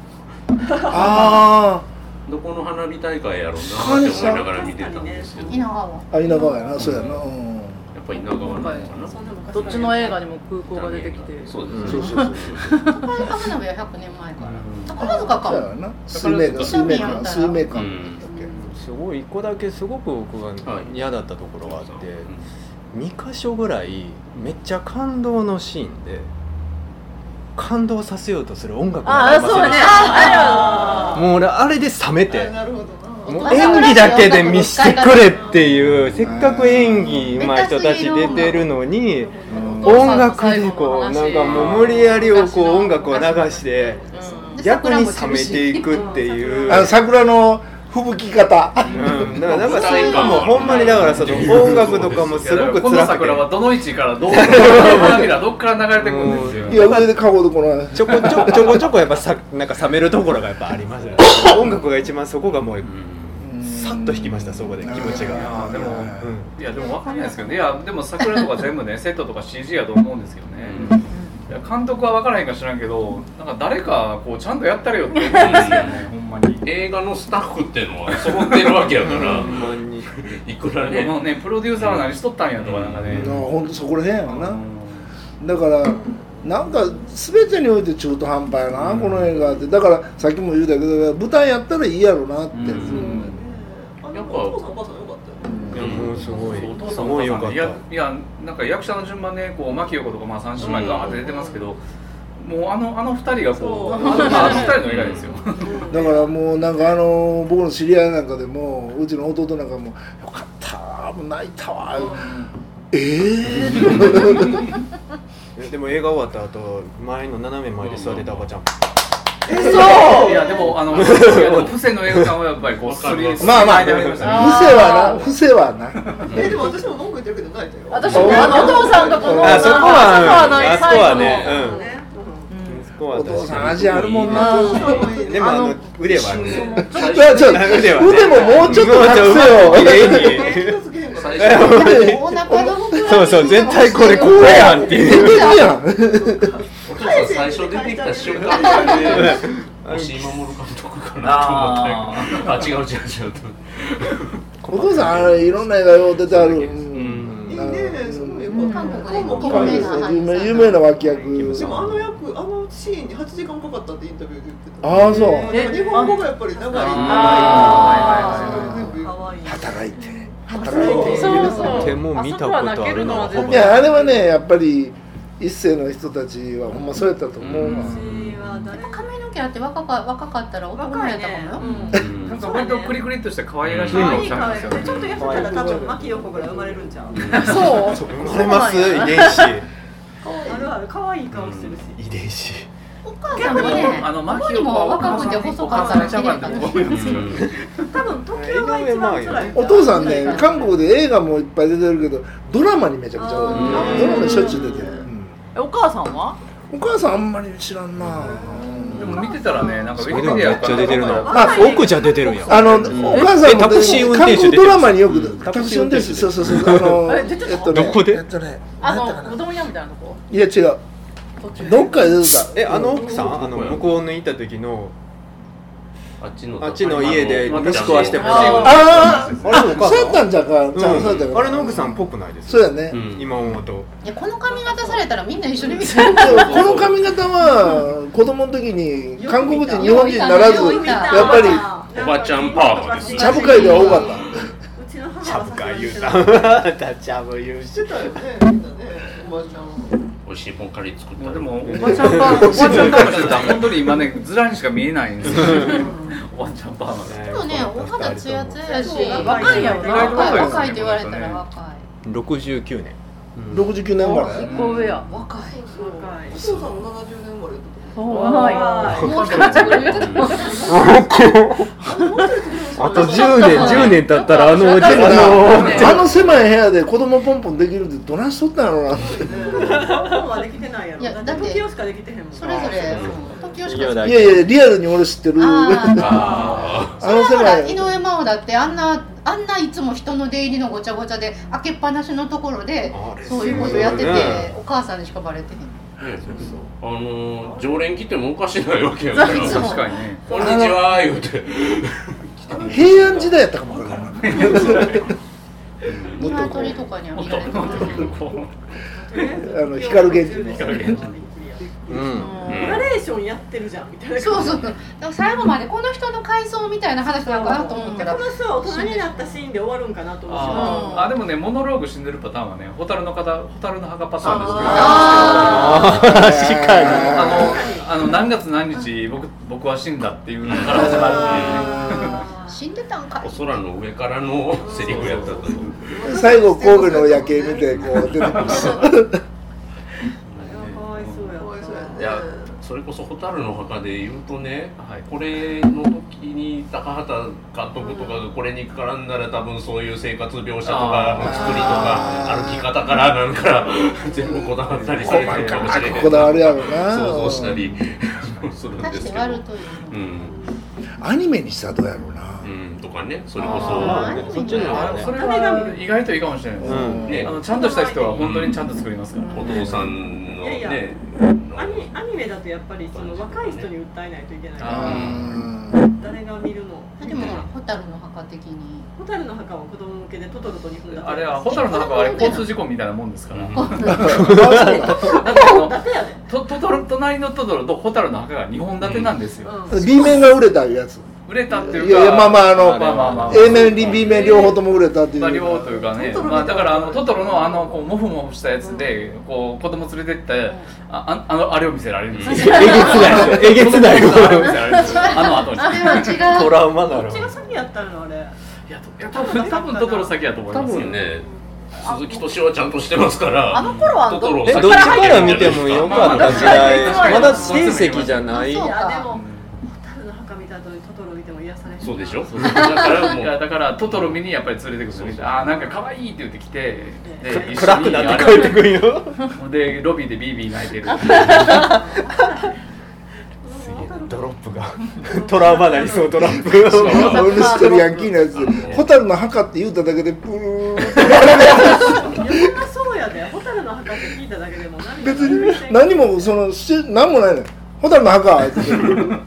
ああ。 どこの花火大会やろうなって思いながら見てたんですけど。 稲川。 稲川やな、そうやな。 やっぱ稲川なのかな。 どっちの映画にも空港が出てきて。 そうです。 花火は100年前から。宝塚か。 そうやな。水明館。 すごい一個だけすごく僕が嫌だったところがあって、2箇所ぐらいめっちゃ感動のシーンで感動させようとする音楽がありますよね。もう俺あれで冷めて。もう演技だけで見してくれっていうせっかく演技上手い人たち出てるのに音楽でこうなんかもう無理やりをこう音楽を流して逆に冷めていくっていう桜の吹雪き方。 だからなんかそういうのもほんまにだからその音楽とかもすごく辛くて、 この桜はどの位置からどっから流れてくるんですよ。 いや上で顔でこのちょこやっぱなんか冷めるところがやっぱありますよね。音楽が一番そこがもうさっと引きましたそこで気持ちが。 でも分かんないですけどね。いやでも桜とか全部ねセットとか CG やと思うんですけどね。監督は分からへんか知らんけどなんか誰かこうちゃんとやったれよって思うんですよね。ほんまに映画のスタッフっていうのは揃ってるわけやからいくらねもうねプロデューサーは何しとったんやとかなんかねほんとそこら辺やわな。だからなんか全てにおいて中途半端やなこの映画って。だからさっきも言うたけど舞台やったらいいやろなって。 やっぱお父さんお母さんよかったよ。 もうすごいお父さんお母さんいやなんか役者の順番でこう牧陽子とか3姉妹が出てますけど、もうあの2人がこうあの2人の映画ですよ。 だからもうなんか僕の知り合いなんかでもうちの弟なんかもよかったもう泣いたわ。 でも映画終わった後前の斜め前で座ってたおばちゃんそういやでも布施の映画館はやっぱりこうスリーまあまあでありましたね。 伏せはなでも私も文句言ってるけどないんだよ。 私もお父さんとこのあそこはないあそこはねお父さん味あるもんな。 でも腕はね腕ももうちょっと隠せよ。 綺麗に最初そう絶対これこうやんっていうやん。 最初出てきた瞬間で押井守監督かなと思ったけど、違うお父さんあれいろんな映画よう出てある。有名な脇役。 でもあのシーンに8時間かかったってインタビューで言ってた。 ああそう。 日本語がやっぱり長い。 働いて。 そうでも見たことあるのはほぼ。 いやあれはねやっぱり一世の人たちはほんまそうやったと思うわ。 髪の毛あって若かったら男のやったかもよ。 なんか割とクリクリっとした可愛らしいのをちゃんとしてる。 ちょっと痩せたら多分牧陽子ぐらい生まれるんちゃう。 そう生まれます遺伝子。 あるある可愛い顔してるし。 遺伝子。 お母さんもね、ここにも若くて細かったら綺麗かもしれない。 多分時代が一番辛い。 お父さんね韓国で映画もいっぱい出てるけどドラマにめちゃくちゃ多い。ドラマにしょっちゅう出てる。 お母さんは？ お母さんあんまり知らんな。 でも見てたらね、なんかウィキペディアめっちゃ出てるな。 あ、 奥じゃ出てるんや。 お母さんもタクシー運転手韓国ドラマによくタクシー運転手そうどこで？ うどん屋みたいなとこ？ いや違う。どっかで出てた。 奥さん向こうに行った時のあっちの家で飯食わしてもらう。 ああ、そうやったんじゃか。 あれの奥さんっぽくないですか？ そうやね。 今思うと。 いやこの髪型されたらみんな一緒に見たい。 この髪型は子供の時に韓国人日本人ならずやっぱりおばちゃんパーマです。 チャブ界では多かった。 チャブか言うた。チャブ言うし。 美味しいポンカリ作った。 でもおばちゃんパーマ本当に今ねズラにしか見えないんですよ。おばちゃんパーマでもねお肌ツヤツヤやし若いやろな。 若いって言われたら若い。 69年。 69年生まれ。 一個上や。 若い。 お父さんも70年生まれだはい。 もう一つぐらい。 あと10年経ったらあの狭い部屋で子供ポンポンできるってどないしとったんやろうなって。 ポンはできてないやろ。 いやだって時代しかできてへんもん。 それぞれ時しか。 いやリアルに俺知ってる。あの狭い。 井上真央だってあんないつも人の出入りのごちゃごちゃで開けっぱなしのところでそういうことやっててお母さんにしかバレてへん。 常連来てもおかしないわけやから。 確かにね。 こんにちは言うて。 平安時代やったかもわからない。 鶏とかには見られてる。 光源氏。 ナレーションやってるじゃんみたいな。 そうそう。だから最後までこの人の回想みたいな話なのかなと思ったら、 この人は大人になったシーンで終わるんかなと思って。 あでもねモノローグ死んでるパターンはね蛍の墓パターンですけど。 確かに。何月何日僕は死んだっていうのから始まるっていう。 死んでたんかい。 お空の上からのセリフやったと。 最後神戸の夜景見てこう出てくる。 いやそれこそ蛍の墓で言うとね、これの時に高畑監督とかがこれに絡んだら多分そういう生活描写とかの作りとか歩き方からなんか全部こだわったりされてるかもしれない。 こだわるやろな。 想像したりするんですけど。アニメにしたらどうやろうな。 とかね、それこそそっちのそれは意外といいかもしれないです。ちゃんとした人は本当にちゃんと作りますから。 お父さんのね。 アニメだとやっぱりその若い人に訴えないといけないから。誰が見るの。 でも蛍の墓的に。 蛍の墓は子供向けでトトロと2分だけ。 あれは蛍の墓は交通事故みたいなもんですから。隣のトトロと蛍の墓が2本立てなんですよ。 B 面が売れたいうやつ。 売れたっていうか、 いやまあA 面 B 面両方とも売れたっていう。 両方というかね、だからトトロのこうモフモフしたやつでこう子供連れてってあれを見せられるんですよ。 えげつない。 後に。 あれは違う。 トラウマなの。 どっちが先やったのあれ。 いや多分トトロ先やと思います。 多分ね。 鈴木敏夫はちゃんとしてますから。 あの頃はどっちから見てもよかった時代。まだ成績じゃない。 いやでも蛍の墓見た後にトトロ見ても癒される。 そうでしょ。 だからトトロ見にやっぱり連れてくる人、なんか可愛いって言ってきて、で暗くなって帰ってくるよ。 でロビーでビービー泣いてる。 ドロップがトラウマなりそう。ドロップ俺の知ってるヤンキーのやつ蛍の墓って言うただけでプーってそうやで、蛍の墓って聞いただけでも別に何も何もないねん。蛍の墓って言ってるでも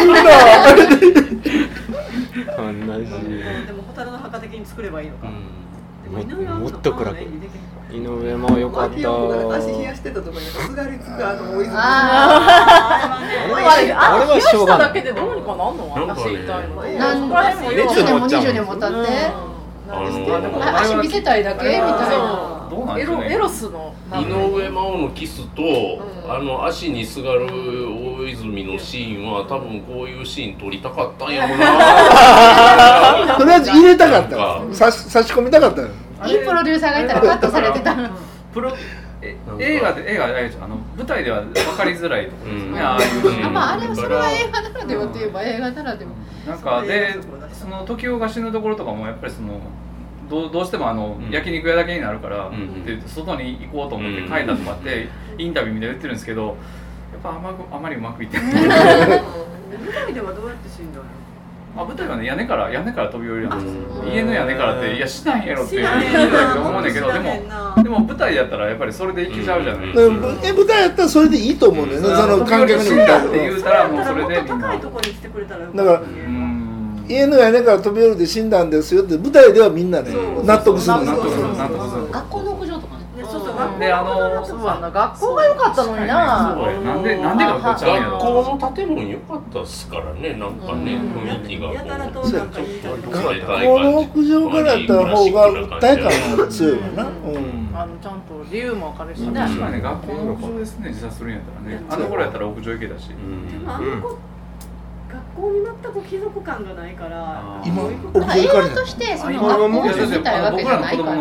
蛍の墓的に作ればいいのか。 もっと暗く。井上も良かった。 足冷やしてたとこにすがりつく大泉。 あれはしょうがない。だけでどうにかなんの？足痛いの。 何10年も20年も経って。足見せたいだけみたいな。 エロスの井上真央のキスと足にすがる大泉のシーンは多分こういうシーン撮りたかったんやろな。 とりあえず入れたかった差し込みたかったよ。 いいプロデューサーがいたらカットされてた。 映画舞台では分かりづらいところですね。あれはそれは映画ならではといえば映画ならでは。 なんかでその時をがしのところとかもやっぱりどうしても焼肉屋だけになるからって外に行こうと思って帰ったとかってインタビューみたいに言ってるんですけど、やっぱあまりうまくいってない。 舞台ではどうやって死んだの？ 舞台はね屋根から飛び降りるんですよ。家の屋根からっていやしないやろっていう思うんだけど、でも舞台やったらやっぱりそれでいけちゃうじゃないですか。 舞台やったらそれでいいと思うんだよね。その観客に言ったって言うたらもうそれでみんな。 高いところに来てくれたらよだから家の屋根から飛び降りて死んだんですよって舞台ではみんなね納得するんですよ。 学校の屋上とかね。 で学校が良かったのにな。 なんで学校ちゃうんやろ。 学校の建物良かったっすからね。なんかね雰囲気が学校の屋上からやった方が体感が強いよな。 ちゃんと理由も分かるしね。 確かに学校の屋上ですね。自殺するんやったらね。あの頃やったら屋上行けたし。 学校に全く貴族感がないから今映画としてその学校を作りたいわけじゃないから。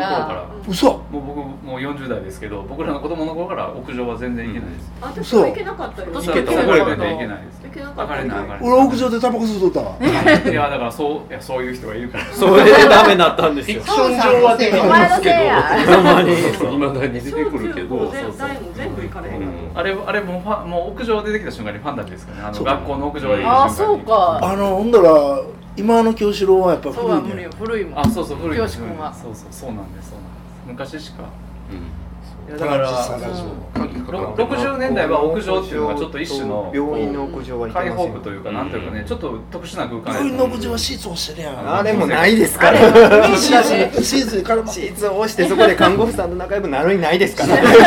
嘘。 もう僕もう40代ですけど、僕らの子供の頃から屋上は全然行けないです。 私は行けなかったよ。 行けないです。 俺屋上でタバコ吸うとったわ。 いやだからそういう人がいるから。 それでダメになったんですよ。 フィクション上は出てますけど、今だに出てくるけど、 全部行かれへん。 あれもう屋上出てきた瞬間にファンタジーですかね。学校の屋上が出てきた瞬間に。 そうか。 ほんだら今の京志郎はやっぱ古いね。 古いもん。 そう古い。 京志君は。 そうなんです。昔しか。 だから 60年代は屋上っていうのがちょっと一種の病院の屋上は開放区というかなんというかね、ちょっと特殊な空間。 病院の屋上はシーツをしてるやん。 あれもないですから。 シーツに絡まってシーツを押してそこで看護婦さんと仲良くなるにないですから。 だい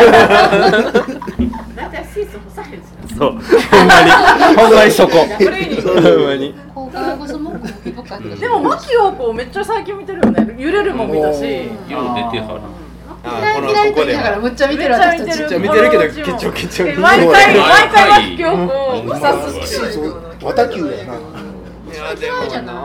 たいシーツ干さへんしな。 そう。ほんまにそこ。ほんまに。 でも牧陽子めっちゃ最近見てるよね。揺れるも見たし。 よう出てはる。 開いてだからむっちゃ見てる。 めっちゃ見てるけどケチョケチョ。 毎回牧陽子を刺すし。 綿球やな。 嫌いじゃない。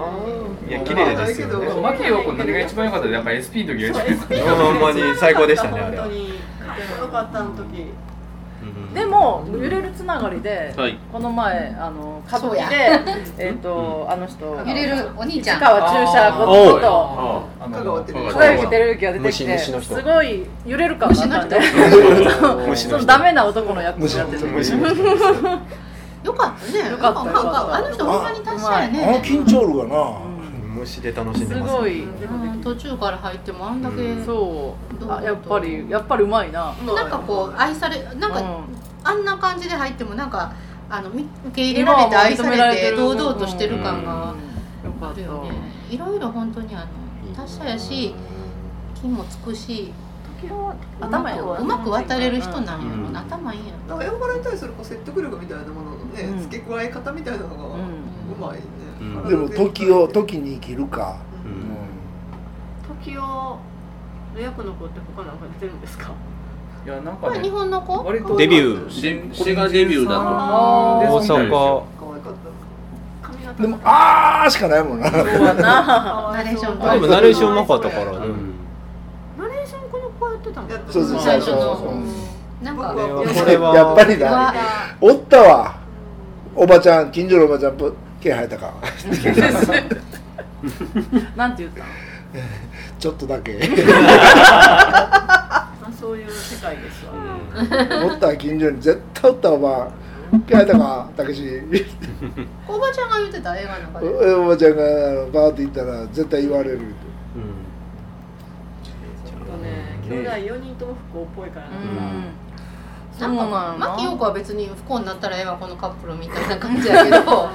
いや綺麗ですよね。 牧陽子何が一番良かったでやっぱ SP の時が一番良かった。 ほんまに最高でしたねあれは。 良かったの時。 でも揺れるつながりで、この前歌舞伎であの人揺れるお兄ちゃん市川中車こと香川照之が出てきてすごい揺れる感があったんで、そのダメな男の役をやっててよかったね。あの人ほんまに達者やね。 緊張るがな。 虫で楽しんでます。 すごい途中から入ってもあんだけそうやっぱりうまいな。 なんかこう愛されなんかあんな感じで入ってもなんか受け入れられて愛されて堂々としてる感があるよね。いろいろ本当に達者やし金もつくし頭やうまく渡れる人なんやろ。頭いいんやろ。 だから役柄に対する説得力みたいなもののね付け加え方みたいなのがうまいね。 でも時に生きるか。 時をの役の子って他なんか出てるんですか？ いやなんかね日本の子デビューこれがデビューだと大阪。 でもしかないもんな。 そうやな。 ナレーションナレーションうまかったからね。 ナレーションこの子ってたもん。 そうそう最初なんかやっぱりだおったわおばちゃん近所のおばちゃん毛生えたかなんて言ったのちょっとだけそういう世界ですわおった近所に絶対おったおば毛生えたかたけしおばちゃんが言ってた映画の中でおばちゃんがバーって言ったら絶対言われる兄弟4人とも不幸っぽいからなんか牧陽子は別に不幸になったらええわこのカップルみたいな感じやけどバ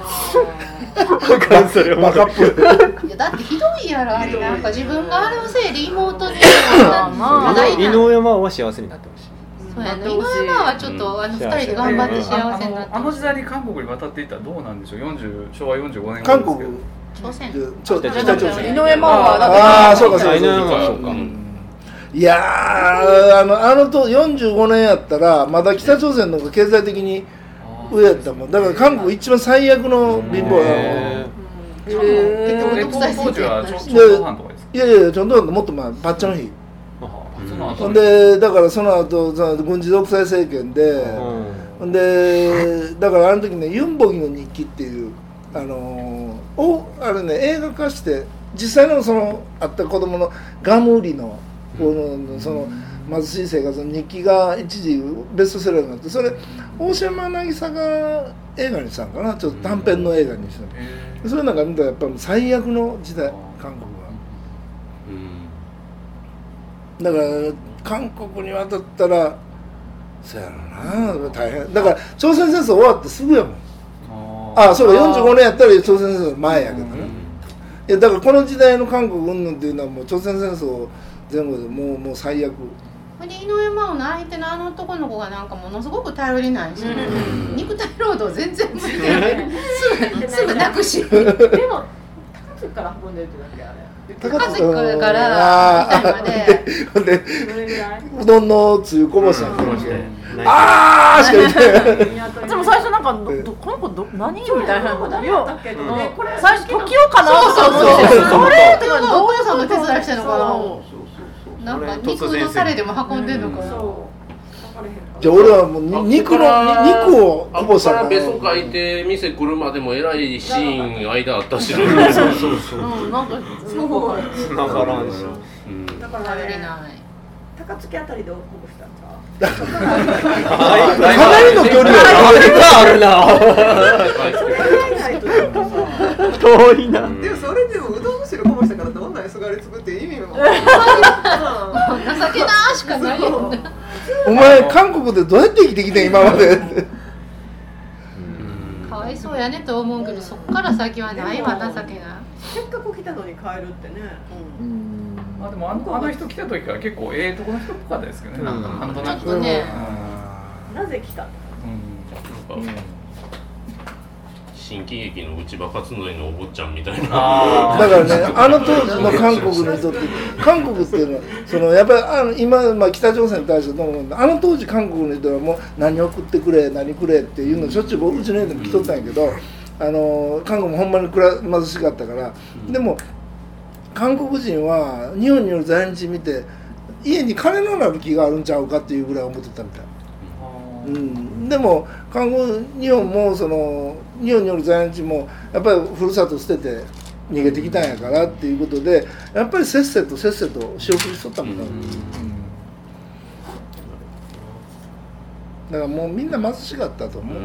カップルいやだってひどいやろあれなんか自分があれのせいで妹に井上真央は幸せになってほしいそうやね井上真央はちょっと2人で頑張って幸せになってあの時代に韓国に渡っていったらどうなんでしょう昭和45年韓国朝鮮北朝鮮井上真央はああそうかそうか井上真央そうかいやあのと45年やったらまだ北朝鮮の方が経済的に上やったもんだから韓国一番最悪の貧乏や結局独裁政権やったしいやいやちょっともっと前パッチョンヒほんでだからその後軍事独裁政権でほんでだからあの時ねユンボギの日記っていうあれね映画化して実際のそのあった子供のガム売りのその貧しい生活の日記が一時ベストセラーになってそれ大島渚が映画にしたんかなちょっと短編の映画にしたそれなんか見たらやっぱり最悪の時代韓国はだから韓国に渡ったらそうやろな大変だから朝鮮戦争終わってすぐやもんそうか45年やったら朝鮮戦争前やけどねいやだからこの時代の韓国云々っていうのはもう朝鮮戦争前後でもう最悪で井上真央の相手のあの男の子がなんかものすごく頼りないし、肉体労働全然無理ですぐ泣くしでも高津から運んでるってだけあれ高津からみたいまでうどんのつゆこぼしたんしか言ってでも最初なんかこの子何みたいな最初時代かなそうそれってお父さんの手伝いしてるのかななんか肉のタレでも運んでるのかなじゃあ俺はもう肉をこぼしたからベソ書いて店来るまでもえらいシーン間あったしそうなんかつながらんしだから頼りない高槻あたりでこぼしたんかかなりの距離あるな遠いなでもそれでもうどんの汁こぼしたからどんなにすがりつくって意味も情けなしかないよねお前韓国でどうやって生きてきて今までかわいそうやねと思うけどそっから先はないわ情けなせっかく来たのに帰るってねでもあの人来た時から結構とこの人っぽかったですけどねなんとなくちょっとねなぜ来た新喜劇の内場勝則のお坊ちゃんみたいなだからねあの当時の韓国の人って韓国っていうのはやっぱり今、北朝鮮に対してどう思うんだあの当時韓国の人はもう何送ってくれ何くれっていうのしょっちゅううちの家でも来とったんやけど韓国もほんまに貧しかったからでも韓国人は日本による在日見て家に金のなる気があるんちゃうかっていうぐらい思ってたみたい。でも日本も日本による在日もやっぱりふるさと捨てて逃げてきたんやからっていうことでやっぱりせっせと仕送りしとったもんだからもうみんな貧しかったと思うな。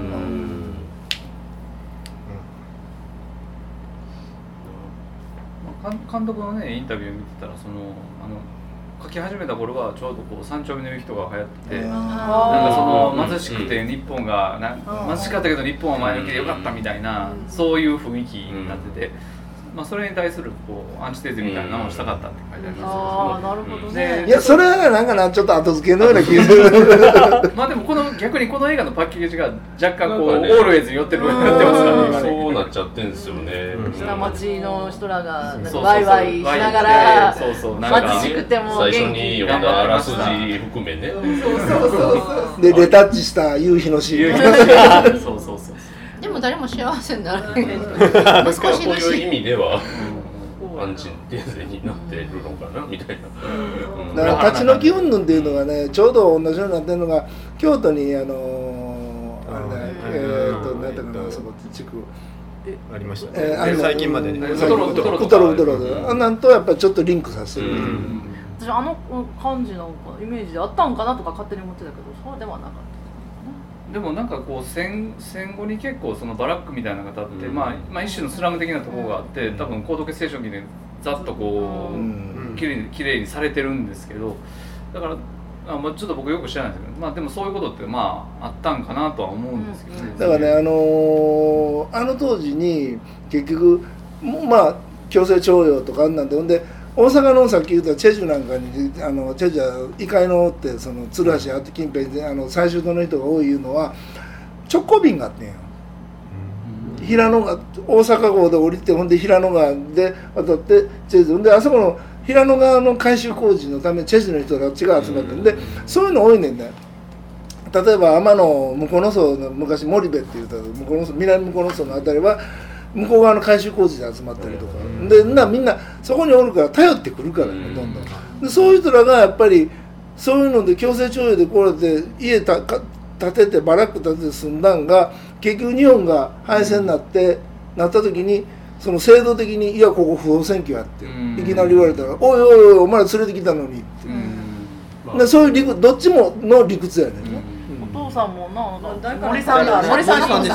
監督のねインタビュー見てたら書き始めた頃はちょうど三丁目の人が流行っててなんか貧しくて日本が貧しかったけど日本は前向きでよかったみたいなそういう雰囲気になっててそれに対するアンチテーゼみたいなのをしたかったって書いてありますなるほどね。 いやそれはなんかちょっと後付けのような気がするでも逆にこの映画のパッケージが若干オールウェイズに寄ってますからねそうなっちゃってるんですよね下町の人らがワイワイしながら貧しくても最初に読んだあらすじ含めねでレタッチした夕日のシーンでも誰も幸せにならないそういう意味では安心定税になってるのかなみたいな。 だから立ち退き云々っていうのがねちょうど同じようになってるのが京都になんだかなそこ地区ありましたね。最近までね。 ウトロなんとやっぱりちょっとリンクさせる。 私感じのイメージであったんかなとか勝手に思ってたけどそうではなかった。 でもなんかこう戦後に結構そのバラックみたいなのが立って、まあ一種のスラム的なところがあって、多分高度結成初期でざっとこうきれいにされてるんですけど、だからちょっと僕よく知らないですけど、まあでもそういうことってまああったんかなとは思うんですけどね。 だからねあの当時に結局まあ強制徴用とかあんなんでほんで。大阪のさっき言ったチェジュなんかにチェジュは異界のってその鶴橋あと近辺で最終の人が多いいうのは直行便があってんよ。平野川大阪港で降りてほんで平野川で渡ってチェジュであそこの平野川の改修工事のためチェジュの人たちが集まってるんでそういうの多いねんね。例えば天の向こうの層の昔森部って言った向こうの層南向こうの層のあたりは向こう側の改修工事で集まったりとかでみんなそこにおるから頼ってくるからねどんどんでそういう人らがやっぱりそういうので強制徴用でこうやって家建ててバラック建てて住んだんが結局日本が敗戦になった時にその制度的にいやここ不法占拠やっていきなり言われたらおいおいおいお前ら連れてきたのにってでそういうどっちもの理屈やねんね。 お父さんもな森さんだから佐藤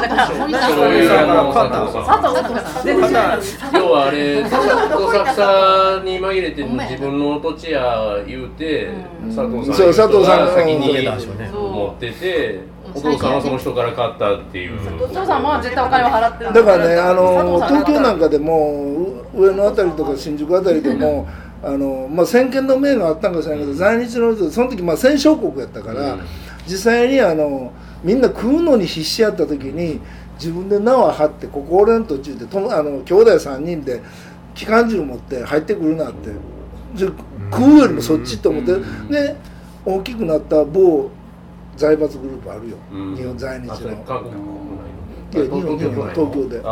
要はあれどさくさに紛れて自分の土地や言うて佐藤さんが先に持っててお父さんはその人から買ったっていう。 お父さんは絶対お金を払ってる。 だからね東京なんかでも上野あたりとか新宿あたりでも先見の明があったんかしらないけど在日の人その時戦勝国やったから。実際にみんな食うのに必死やった時に自分で縄張ってここ俺の途中で兄弟3人で機関銃持って入ってくるなって食うよりもそっちと思ってで大きくなった某財閥グループあるよ日本在日のいや日本東京で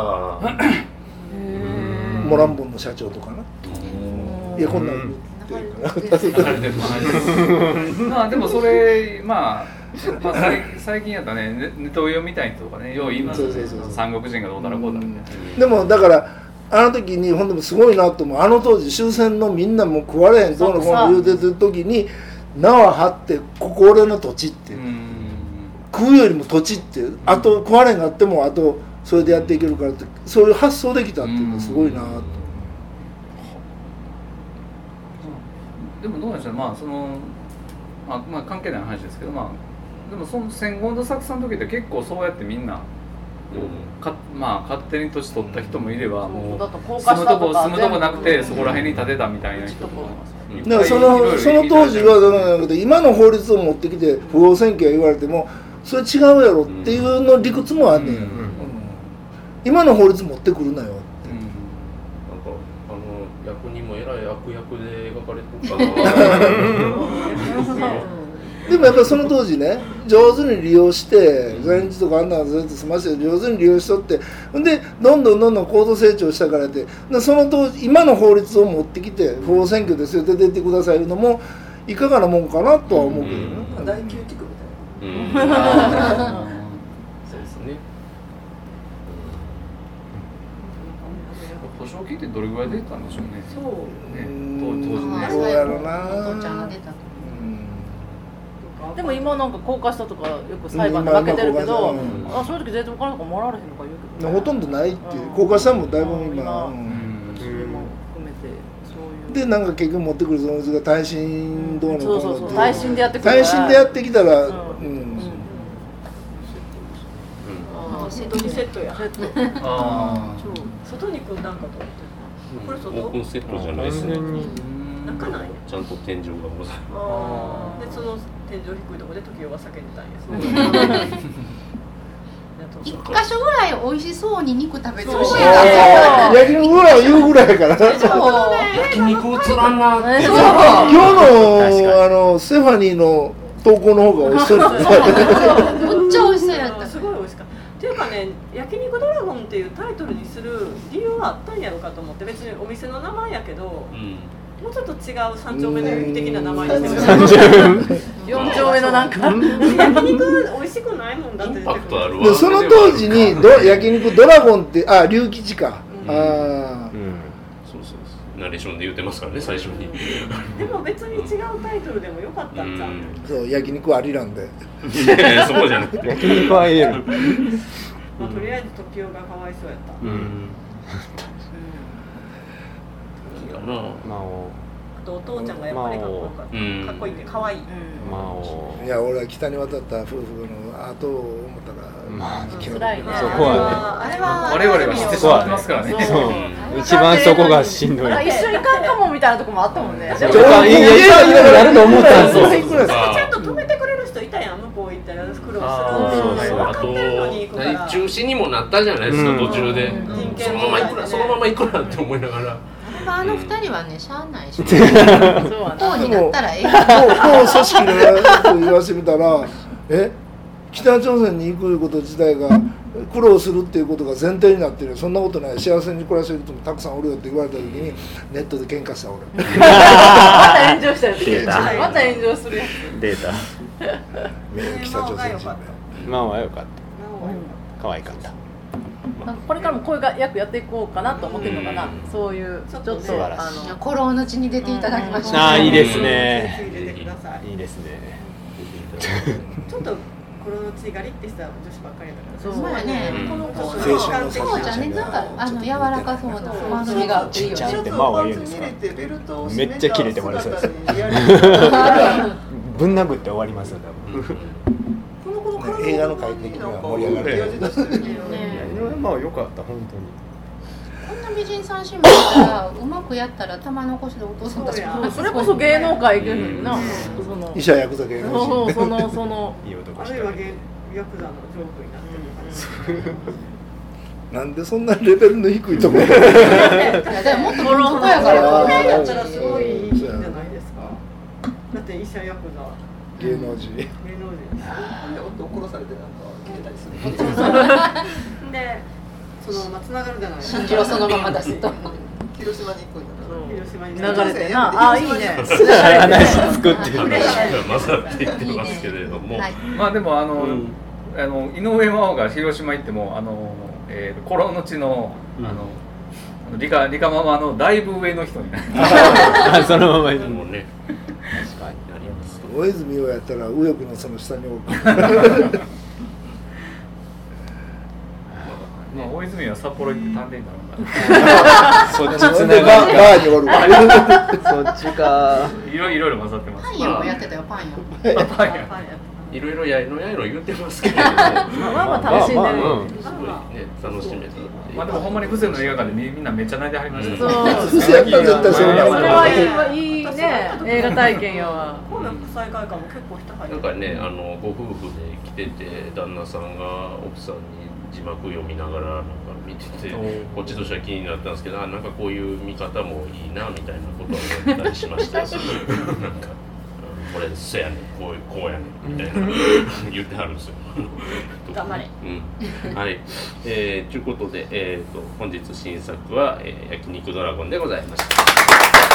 モランボンの社長とかないやこんなんまあでもそれ最近やったらねネトウヨみたいな人とかねよう言いますよね三国人がどうだらこうだみたいな。 でもだからあの時にほんでもすごいなと思う当時終戦のみんなも食われへんどうのこうの言うてる時に縄張ってここ俺の土地って食うよりも土地ってあと食われへんがあってもあとそれでやっていけるからってそういう発想できたっていうのがすごいなと。 でもどうなんでしょう関係ない話ですけどでもその戦後の作戦の時って結構そうやってみんな勝手に土地取った人もいればもう住むとこなくてそこら辺に建てたみたいな人もだからその当時はどうなんだけど今の法律を持ってきて不法占拠言われてもそれ違うやろっていうの理屈もあんねんよ、今の法律持ってくるなよ役人もえらい悪役で描かれてるかなでもやっぱりその当時ね上手に利用して在日とかあんなのずっと済まして上手に利用しとってでどんどん高度成長したからってその当時今の法律を持ってきて不法占拠ですよって出てくださるのもいかがなもんかなとは思うけどね。 大宮地区みたいな。 そうですね。 保証金ってどれぐらい出たんでしょうね。 そうね当時ね。 どうやろうな。 お父ちゃんが出たと。 でも今なんか高架下とかよく裁判で負けてるけど、そういう時税金お金とかもらわれへんのか言うけど、 ほとんどないって高架下もだいぶ今、でなんか結局持ってくるそのが耐震どうのこうのって耐震でやってくる耐震でやってきたら外にセットや外にこうなんかとこれ外オープンセットじゃないですね。 中ないちゃんと天井がございます。でその天井低いところで時代は叫んでたんですね。 一箇所ぐらい美味しそうに肉食べてほしい。 焼肉ぐらい言うぐらいやから。 焼肉映らんな。 今日のステファニーの投稿の方が美味しそうです。 めっちゃ美味しそうやった。 すごい美味しかった。っっていうかね、焼肉ドラゴンっていうタイトルにする理由はあったんやろうかと思って、別にお店の名前やけど、もうちょっと違う三丁目の夕日的な名前にしてもらう。 4丁目のなんか焼肉美味しくないもんだって出てくる。 でその当時に焼肉ドラゴンって龍吉か。 ナレーションで言ってますからね、最初に。 でも別に違うタイトルでもよかったんじゃん。 そう、焼肉はありなんで。 そうじゃなくて。 焼肉は言える。 まあ、とりあえずトキオがかわいそうやった。 いいかな。 あとお父ちゃんがやっぱりかっこよかった。かっこいいって可愛い。 いや、俺は北に渡った夫婦の後を思ったら、 辛いね。 そこはね。我 々は知ってしまってますからね。 一番そこがしんどい。 一緒にかんかもみたいなとこもあったもんね。 いや、やると思ったんですよ。 ちゃんと止めてくれる人いたやん、向こう行ったら苦労する。 あと中止にもなったじゃないですか、途中で。そのまま行くなって思いながら。 あの二人はね、しゃあないし。こうになったらええ。 もう組織の言わせてみたら、北朝鮮に行くこと自体が苦労するっていうことが前提になってる。そんなことない、幸せに暮らせる人もたくさんおるよって言われた時にネットで喧嘩した俺。 また炎上したやつ。また炎上するやつ。 データ。 北朝鮮人。 まあは良かった。可愛かった。 これからもこういう役やっていこうかなと思ってるのかな。そういうちょっと古老の地に出ていただきました。 ああ、いいですね。いいですね。 ちょっと黒のちがりってした女子ばっかりだから。 そうやね。この子青春のそうじゃね、なんか柔らかそうな丸みがいいよね。 ってまあは言うんですか。めっちゃ切れてもらいそうです。ぶん殴って終わりますよ多分。 映画の回的には盛り上がる。 いや、まあ良かった本当に。 こんな美人三姉妹だったらうまくやったら玉残しでお父さんたちもそれこそ芸能界行けるのにな。 医者ヤクザ芸能人。 そのいい男あるいはヤクザのジョークになってるのかな。 なんでそんなレベルの低いところ。 でももっとボロボロやから。 これだったらすごいいいんじゃないですか。だって医者ヤクザ。 芸能人。 芸能人。 夫殺されてなんか切れたりする。 で、そのまま繋がるじゃない。 信じをそのまま出すと。 広島に行くんだから。 広島に流れてな。あ、いいね。 話作ってる。 混ざっていってますけれども。 まあでも井上真央が広島行ってもコロの地のリカママのだいぶ上の人になる。 そのままもうね。確かになります。 大泉洋やったら右翼のその下におる。 まあ大泉は札幌行って探偵になるんだ。 そっちつながバーにおる。 そっちか。 いろいろ混ざってます。 パン屋もやってたよ、パン屋。 パン屋。 いろいろやいの言ってますけど、まあ楽しんでる。 すごいね楽しめた。 まあでもほんまに風情の映画館でみんなめっちゃ泣いてはりました。 そう。 絶対そうなる。 それはいいね。映画体験やわ。 神戸国際会館も結構人入ってなんかねご夫婦で来てて旦那さんが奥さんに字幕読みながらなんか見ててこっちとしては気になったんですけどなんかこういう見方もいいなみたいなことを思ったりしましたなんかこれそうやねこうやねみたいな言ってはるんですよ頑張れはいということで本日新作は焼肉ドラゴンでございました。